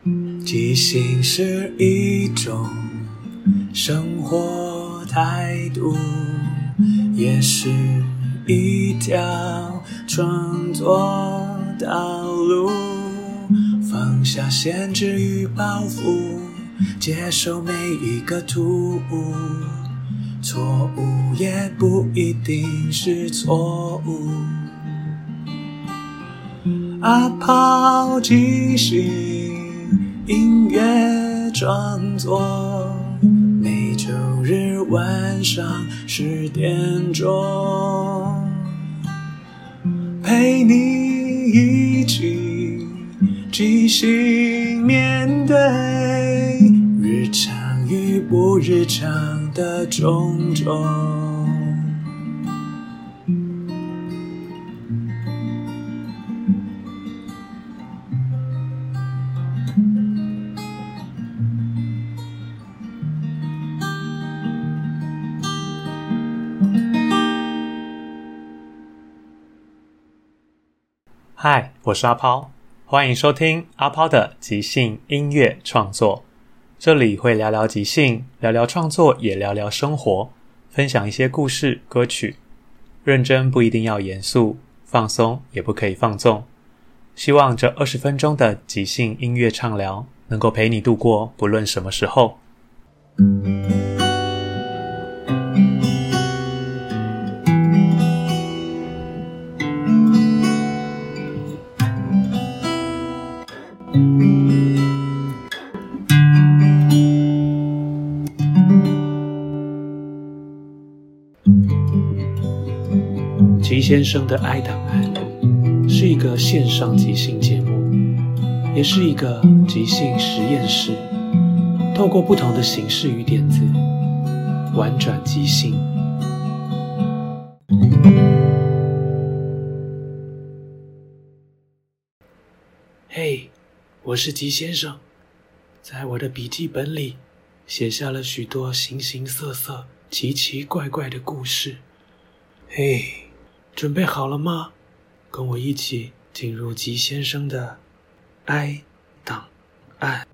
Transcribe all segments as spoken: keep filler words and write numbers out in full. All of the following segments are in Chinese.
即兴是一种生活态度，也是一条创作道路。放下限制与包袱，接受每一个突兀，错误也不一定是错误。阿炮即兴音乐创作，每周日晚上十点钟，陪你一起即兴面对日常与不日常的种种。 嗨，我是阿抛，欢迎收听阿抛的即兴音乐创作。这里会聊聊即兴，聊聊创作，也聊聊生活，分享一些故事、歌曲。认真不一定要严肃，放松也不可以放纵。希望这二十分钟的即兴音乐畅聊能够陪你度过不论什么时候。 吉先生的爱档案是一个线上即兴节目，也是一个即兴实验室，透过不同的形式与点子，玩转即兴。嘿，我是吉先生，在我的笔记本里写下了许多形形色色、奇奇怪怪的故事。嘿，准备好了吗？跟我一起进入吉先生的哀档案。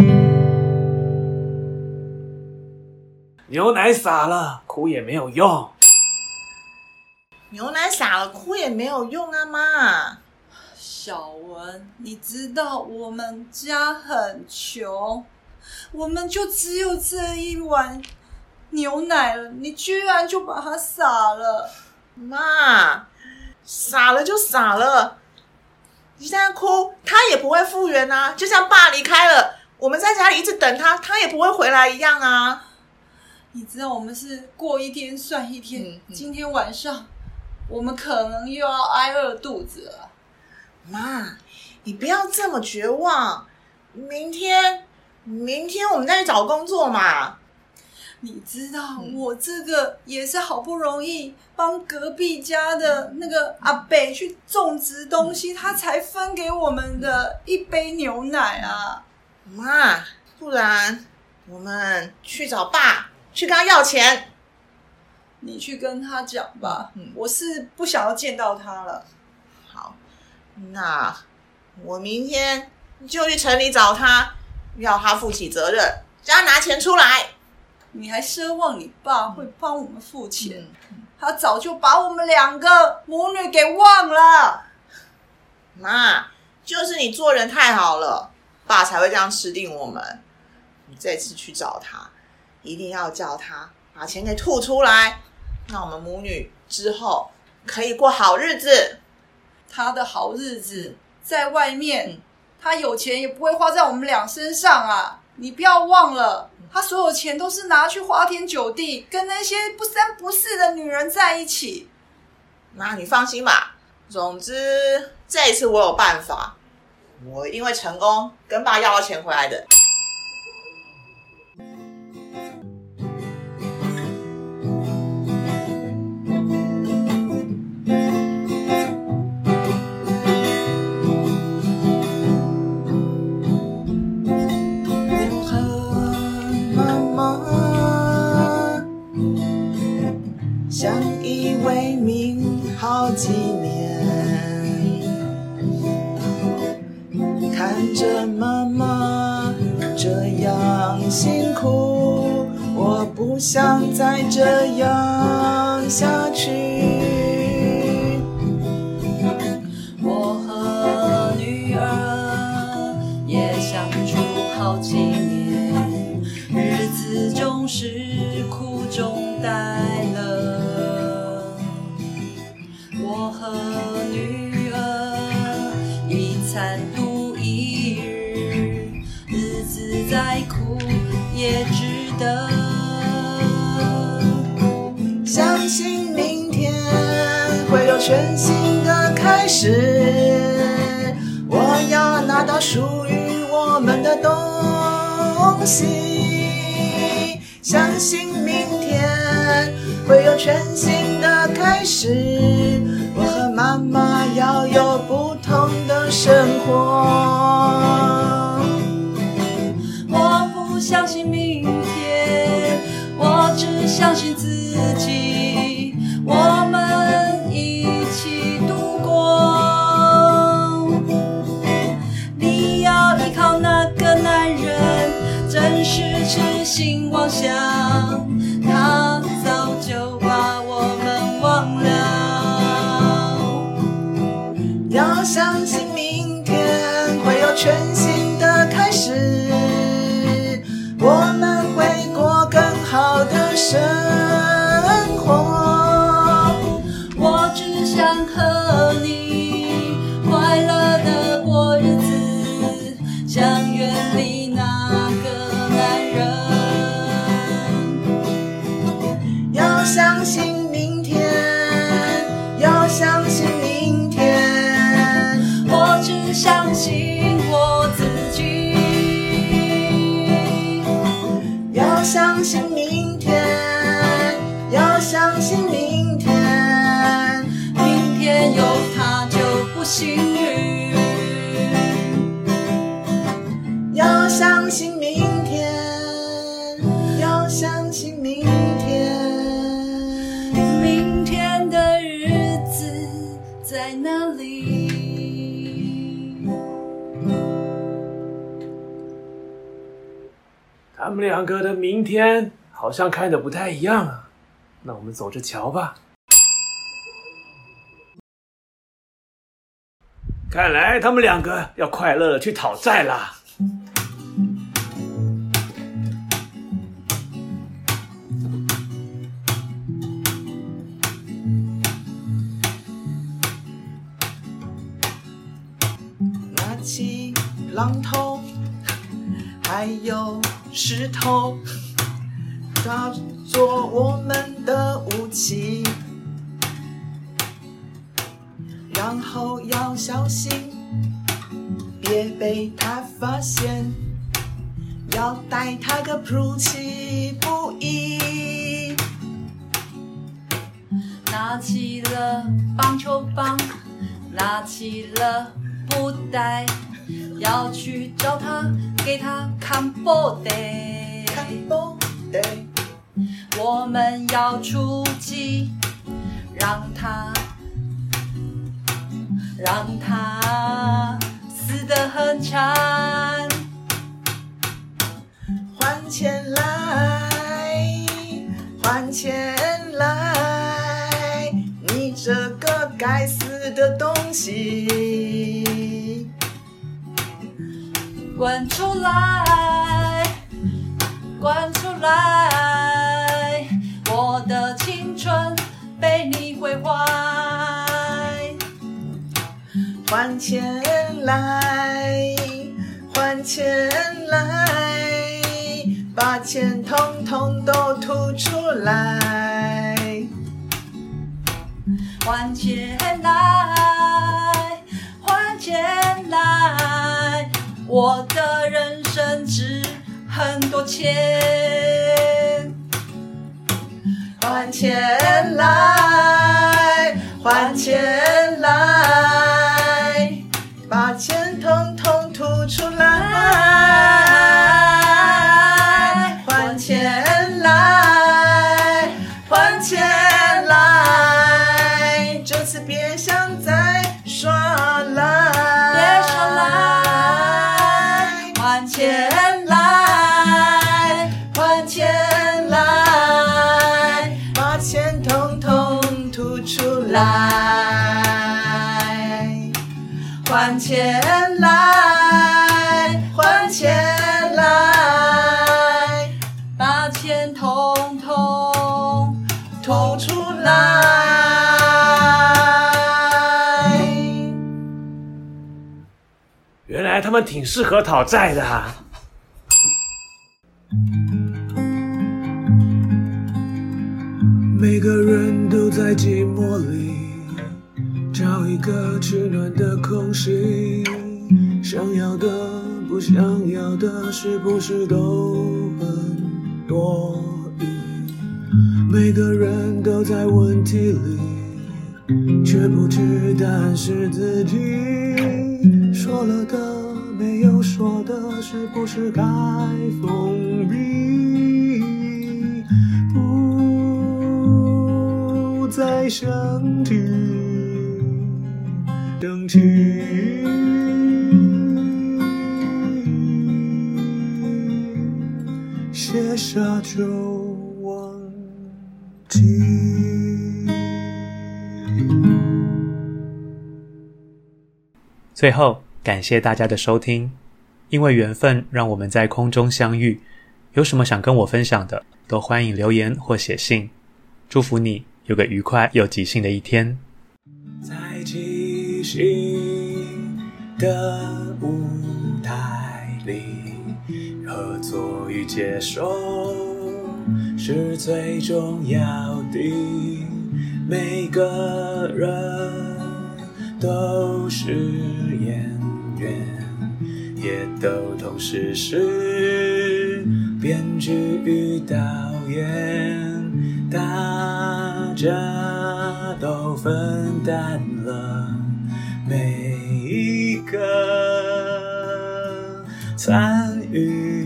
牛奶洒了，哭也没有用。 牛奶洒了，哭也没有用啊，妈。 小文，你知道我们家很穷，我们就只有这一碗牛奶了，你居然就把它洒了。 妈，洒了就洒了，你现在哭他也不会复原啊，就像爸离开了，我们在家里一直等他，他也不会回来一样啊。 你知道我们是过一天算一天、嗯嗯、今天晚上我们可能又要挨饿肚子了。 妈，你不要这么绝望，明天明天我们再去找工作嘛。 你知道我这个也是好不容易帮隔壁家的那个阿伯去种植东西，他才分给我们的一杯牛奶啊。 妈，不然我们去找爸，去跟他要钱。 你去跟他讲吧、嗯、我是不想要见到他了。 好，那我明天就去城里找他，要他负起责任，叫他拿钱出来。 你还奢望你爸会帮我们付钱、嗯、他早就把我们两个母女给忘了。 妈，就是你做人太好了，爸才会这样吃定我们。你这次去找他，一定要叫他把钱给吐出来，那我们母女之后可以过好日子。 他的好日子在外面、嗯、他有钱也不会花在我们俩身上啊，你不要忘了，他所有钱都是拿去花天酒地，跟那些不三不四的女人在一起。 那你放心吧，总之这一次我有办法，我一定会成功跟爸要到钱回来的。好几年，看着妈妈辛苦，我不想再这样下去。 我和女儿也相处好几年，日子总是苦中带乐。我和女儿一餐度一日，日子再苦也值得。 相信明天会有全新的开始，我要拿到属于我们的东西。相信明天会有全新的开始，我和妈妈要有不同的生活。 我不相信明天，我只相信自己，我们一起度过。你要依靠那个男人，真是痴心妄想，他早就把我们忘了。 要相信明天会有全新的开始，我们会过更好的生活。 我只想和你快乐的过日子，想远离那个男人。 要相信明天，要相信明天， 我只相信我自己。 要相信明天，要相信明天， 明天有他就不幸运。 要相信明天，要相信明天。 明天的日子在哪里？ 他们两个的明天好像看得不太一样啊，那我们走着瞧吧。看来他们两个要快乐的去讨债啦。 拿起榔头还有石头，当做我们的武器，然后要小心，别被他发现，要待他个出其不意。 拿起了棒球棒，拿起了布袋，要去找他，给他看布袋。 看布袋， 我们要出击，让他，让他死得很惨。 还钱来，还钱来，你这个该死的东西！ 滚出来，滚出来，我的青春被你毁坏。 还钱来，还钱来，把钱统统都吐出来。 还钱来，还钱来，我的人生值很多钱。 还钱来，还钱来，把钱统统吐出来。还钱来，还钱来，这次别想再耍赖， 别耍赖，还钱来， 们挺适合讨债的啊。每个人都在寂寞里找一个取暖的空隙，想要的不想要的是不是都很多余？每个人都在问题里，却不知答案是自己说了的没有说的，是不是该封闭？不再想起生气，写下就忘记。 最后，感谢大家的收听，因为缘分让我们在空中相遇。有什么想跟我分享的，都欢迎留言或写信。祝福你有个愉快又即兴的一天。 在即兴的舞台里，合作与接受是最重要的。每个人都是演员，也都同时是编剧与导演，大家都分担了每一个参与，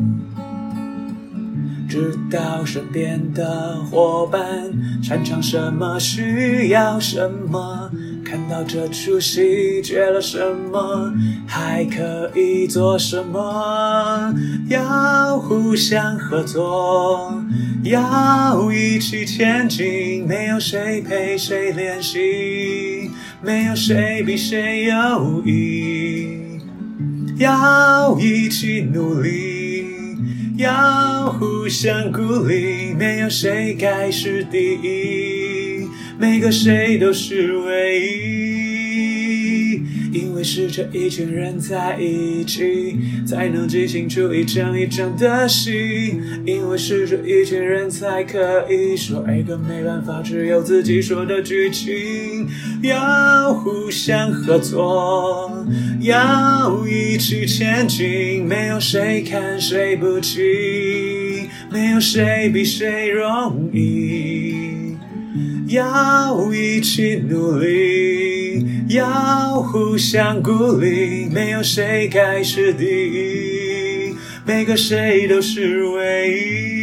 知道身边的伙伴擅长什么，需要什么，看到这出戏缺了什么，还可以做什么，要互相合作，要一起前进，没有谁陪谁练习，没有谁比谁优异，要一起努力，要互相鼓励，没有谁该是第一，每个谁都是唯一，因为是这一群人在一起，才能即兴出一场一场的戏，因为是这一群人才可以说一个没办法只有自己说的剧情，要互相合作，要一起前进，没有谁看谁不起，没有谁比谁容易，要一起努力，要互相鼓励，没有谁该是第一，每个谁都是唯一。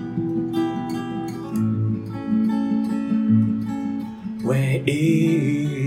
唯一